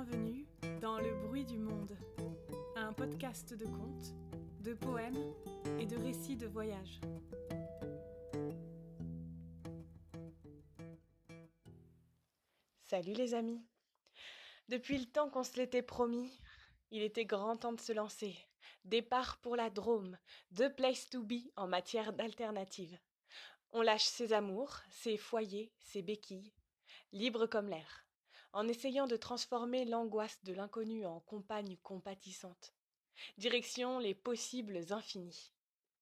Bienvenue dans Le bruit du monde, un podcast de contes, de poèmes et de récits de voyage. Salut les amis! Depuis le temps qu'on se l'était promis, il était grand temps de se lancer. Départ pour la Drôme, the place to be en matière d'alternative. On lâche ses amours, ses foyers, ses béquilles, libre comme l'air, en essayant de transformer l'angoisse de l'inconnu en compagne compatissante. Direction les possibles infinis.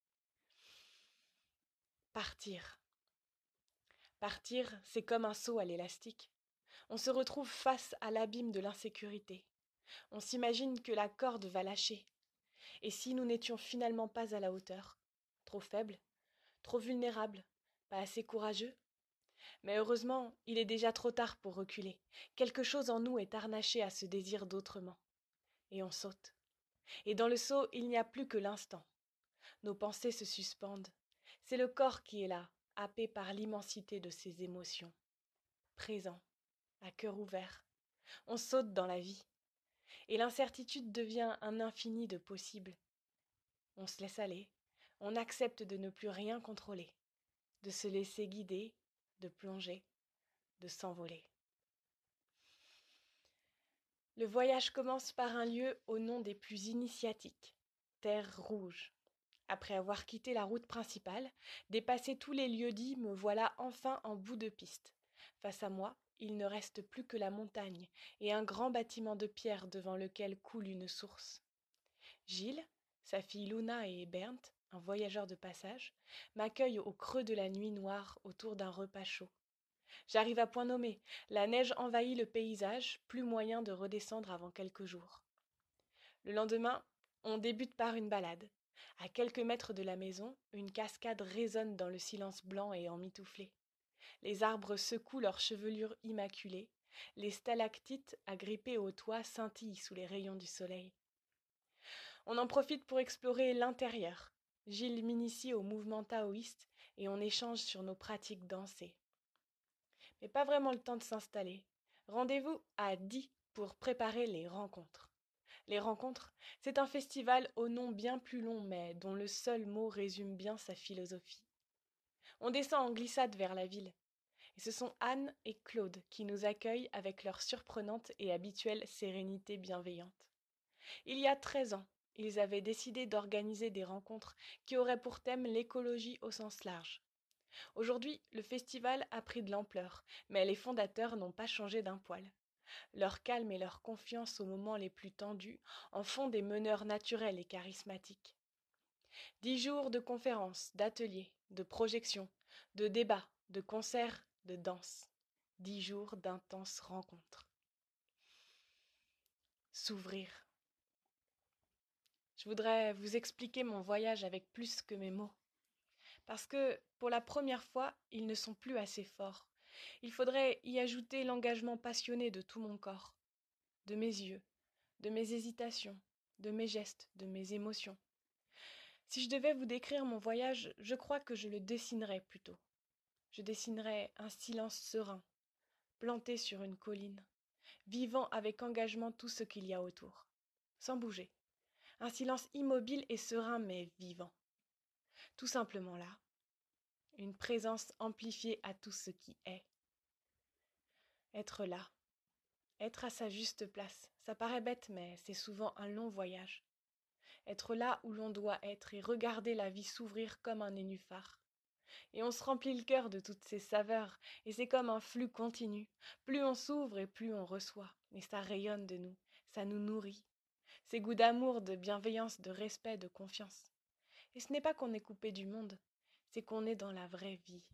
Partir. Partir, c'est comme un saut à l'élastique. On se retrouve face à l'abîme de l'insécurité. On s'imagine que la corde va lâcher. Et si nous n'étions finalement pas à la hauteur? Trop faibles? Trop vulnérables? Pas assez courageux? Mais heureusement, il est déjà trop tard pour reculer. Quelque chose en nous est harnaché à ce désir d'autrement. Et on saute. Et dans le saut, il n'y a plus que l'instant. Nos pensées se suspendent. C'est le corps qui est là, happé par l'immensité de ses émotions. Présent, à cœur ouvert, on saute dans la vie. Et l'incertitude devient un infini de possibles. On se laisse aller, on accepte de ne plus rien contrôler, de se laisser guider, de plonger, de s'envoler. Le voyage commence par un lieu au nom des plus initiatiques, Terre Rouge. Après avoir quitté la route principale, dépassé tous les lieux-dits, me voilà enfin en bout de piste. Face à moi, il ne reste plus que la montagne et un grand bâtiment de pierre devant lequel coule une source. Gilles, sa fille Luna et Bernd, un voyageur de passage, m'accueillent au creux de la nuit noire autour d'un repas chaud. J'arrive à point nommé, la neige envahit le paysage, plus moyen de redescendre avant quelques jours. Le lendemain, on débute par une balade. À quelques mètres de la maison, une cascade résonne dans le silence blanc et emmitouflé. Les arbres secouent leurs chevelures immaculées, les stalactites agrippées au toit scintillent sous les rayons du soleil. On en profite pour explorer l'intérieur. Gilles m'initie au mouvement taoïste et on échange sur nos pratiques dansées. Mais pas vraiment le temps de s'installer. Rendez-vous à 10 pour préparer les rencontres. Les rencontres, c'est un festival au nom bien plus long mais dont le seul mot résume bien sa philosophie. On descend en glissade vers la ville. Et ce sont Anne et Claude qui nous accueillent avec leur surprenante et habituelle sérénité bienveillante. Il y a 13 ans, ils avaient décidé d'organiser des rencontres qui auraient pour thème l'écologie au sens large. Aujourd'hui, le festival a pris de l'ampleur, mais les fondateurs n'ont pas changé d'un poil. Leur calme et leur confiance aux moments les plus tendus en font des meneurs naturels et charismatiques. 10 jours de conférences, d'ateliers, de projections, de débats, de concerts, de danse. 10 jours d'intenses rencontres. S'ouvrir. Je voudrais vous expliquer mon voyage avec plus que mes mots. Parce que, pour la première fois, ils ne sont plus assez forts. Il faudrait y ajouter l'engagement passionné de tout mon corps, de mes yeux, de mes hésitations, de mes gestes, de mes émotions. Si je devais vous décrire mon voyage, je crois que je le dessinerais plutôt. Je dessinerais un silence serein, planté sur une colline, vivant avec engagement tout ce qu'il y a autour, sans bouger. Un silence immobile et serein mais vivant. Tout simplement là, une présence amplifiée à tout ce qui est. Être là, être à sa juste place, ça paraît bête mais c'est souvent un long voyage. Être là où l'on doit être et regarder la vie s'ouvrir comme un nénuphar. Et on se remplit le cœur de toutes ces saveurs, et c'est comme un flux continu. Plus on s'ouvre et plus on reçoit, et ça rayonne de nous, ça nous nourrit. Ces goûts d'amour, de bienveillance, de respect, de confiance. Et ce n'est pas qu'on est coupé du monde, c'est qu'on est dans la vraie vie.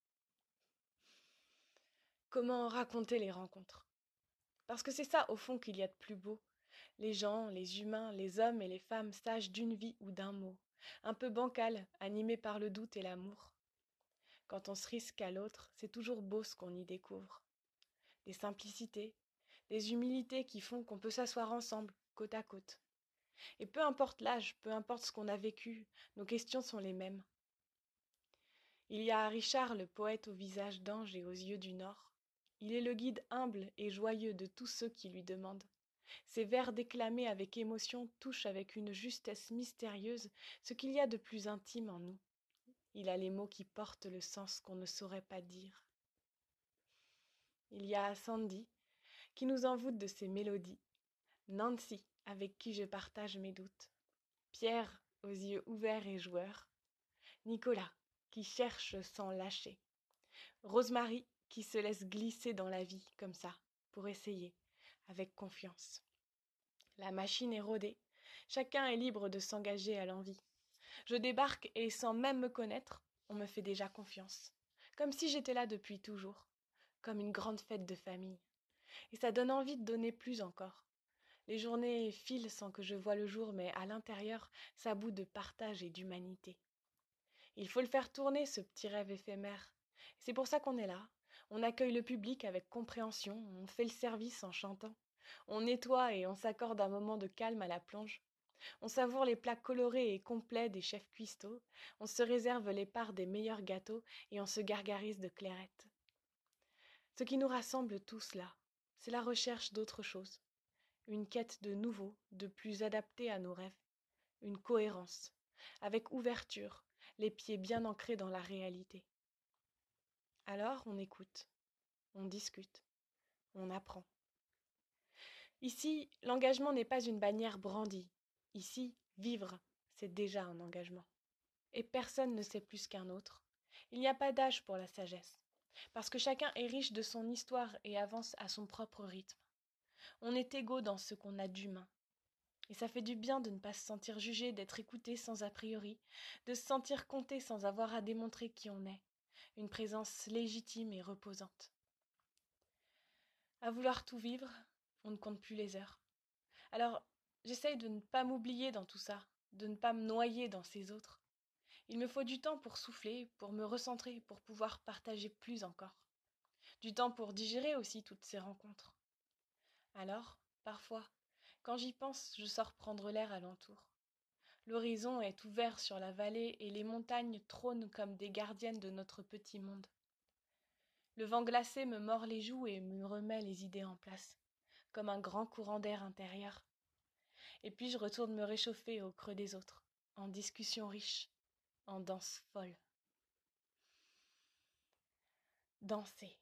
Comment raconter les rencontres? Parce que c'est ça, au fond, qu'il y a de plus beau. Les gens, les humains, les hommes et les femmes sages d'une vie ou d'un mot. Un peu bancal, animé par le doute et l'amour. Quand on se risque à l'autre, c'est toujours beau ce qu'on y découvre. Des simplicités, des humilités qui font qu'on peut s'asseoir ensemble, côte à côte. Et peu importe l'âge, peu importe ce qu'on a vécu, nos questions sont les mêmes. Il y a Richard, le poète au visage d'ange et aux yeux du nord. Il est le guide humble et joyeux de tous ceux qui lui demandent. Ces vers déclamés avec émotion touchent avec une justesse mystérieuse ce qu'il y a de plus intime en nous. Il a les mots qui portent le sens qu'on ne saurait pas dire. Il y a Sandy, qui nous envoûte de ses mélodies, Nancy, avec qui je partage mes doutes, Pierre, aux yeux ouverts et joueurs, Nicolas, qui cherche sans lâcher, Rosemary, qui se laisse glisser dans la vie comme ça, pour essayer, avec confiance. La machine est rodée, chacun est libre de s'engager à l'envie. Je débarque et sans même me connaître, on me fait déjà confiance, comme si j'étais là depuis toujours, comme une grande fête de famille. Et ça donne envie de donner plus encore. Les journées filent sans que je voie le jour, mais à l'intérieur, ça bout de partage et d'humanité. Il faut le faire tourner, ce petit rêve éphémère. C'est pour ça qu'on est là. On accueille le public avec compréhension, on fait le service en chantant. On nettoie et on s'accorde un moment de calme à la plonge. On savoure les plats colorés et complets des chefs cuistots. On se réserve les parts des meilleurs gâteaux et on se gargarise de clairette. Ce qui nous rassemble tous là, c'est la recherche d'autre chose. Une quête de nouveau, de plus adapté à nos rêves. Une cohérence, avec ouverture, les pieds bien ancrés dans la réalité. Alors on écoute, on discute, on apprend. Ici, l'engagement n'est pas une bannière brandie. Ici, vivre, c'est déjà un engagement. Et personne ne sait plus qu'un autre. Il n'y a pas d'âge pour la sagesse, parce que chacun est riche de son histoire et avance à son propre rythme. On est égaux dans ce qu'on a d'humain. Et ça fait du bien de ne pas se sentir jugé, d'être écouté sans a priori, de se sentir compté sans avoir à démontrer qui on est. Une présence légitime et reposante. À vouloir tout vivre, on ne compte plus les heures. Alors, j'essaye de ne pas m'oublier dans tout ça, de ne pas me noyer dans ces autres. Il me faut du temps pour souffler, pour me recentrer, pour pouvoir partager plus encore. Du temps pour digérer aussi toutes ces rencontres. Alors, parfois, quand j'y pense, je sors prendre l'air alentour. L'horizon est ouvert sur la vallée et les montagnes trônent comme des gardiennes de notre petit monde. Le vent glacé me mord les joues et me remet les idées en place, comme un grand courant d'air intérieur. Et puis je retourne me réchauffer au creux des autres, en discussion riche, en danse folle. Danser.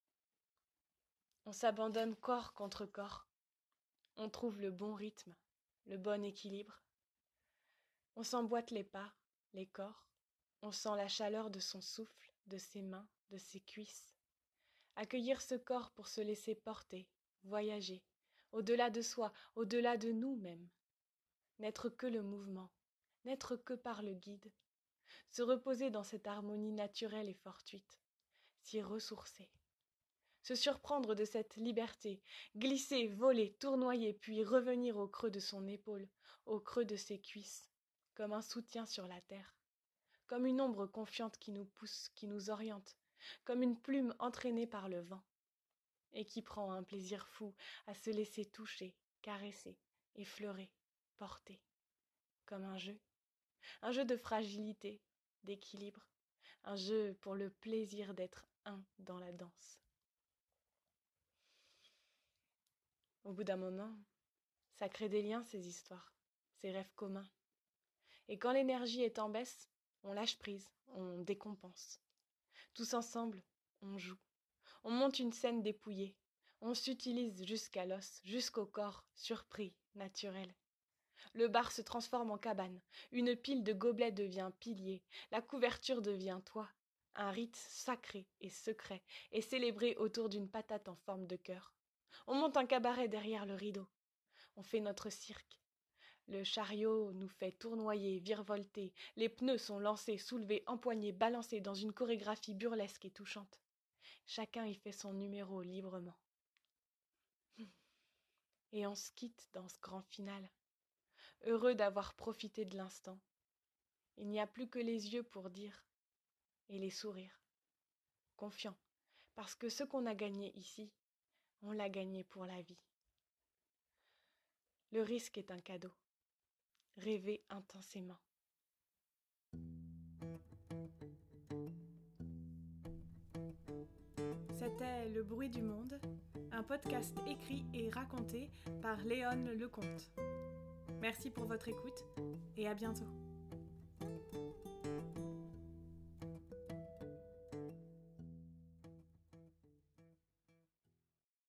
On s'abandonne corps contre corps. On trouve le bon rythme, le bon équilibre. On s'emboîte les pas, les corps. On sent la chaleur de son souffle, de ses mains, de ses cuisses. Accueillir ce corps pour se laisser porter, voyager, au-delà de soi, au-delà de nous-mêmes. N'être que le mouvement, n'être que par le guide. Se reposer dans cette harmonie naturelle et fortuite. S'y ressourcer. Se surprendre de cette liberté, glisser, voler, tournoyer, puis revenir au creux de son épaule, au creux de ses cuisses, comme un soutien sur la terre, comme une ombre confiante qui nous pousse, qui nous oriente, comme une plume entraînée par le vent, et qui prend un plaisir fou à se laisser toucher, caresser, effleurer, porter, comme un jeu de fragilité, d'équilibre, un jeu pour le plaisir d'être un dans la danse. Au bout d'un moment, ça crée des liens, ces histoires, ces rêves communs. Et quand l'énergie est en baisse, on lâche prise, on décompense. Tous ensemble, on joue. On monte une scène dépouillée. On s'utilise jusqu'à l'os, jusqu'au corps, surpris, naturel. Le bar se transforme en cabane. Une pile de gobelets devient pilier. La couverture devient toit. Un rite sacré et secret est célébré autour d'une patate en forme de cœur. On monte un cabaret derrière le rideau. On fait notre cirque. Le chariot nous fait tournoyer, virevolter. Les pneus sont lancés, soulevés, empoignés, balancés dans une chorégraphie burlesque et touchante. Chacun y fait son numéro librement. Et on se quitte dans ce grand final. Heureux d'avoir profité de l'instant. Il n'y a plus que les yeux pour dire, et les sourires. Confiants, parce que ce qu'on a gagné ici, on l'a gagné pour la vie. Le risque est un cadeau. Rêver intensément. C'était Le bruit du monde, un podcast écrit et raconté par Léone Lecomte. Merci pour votre écoute et à bientôt.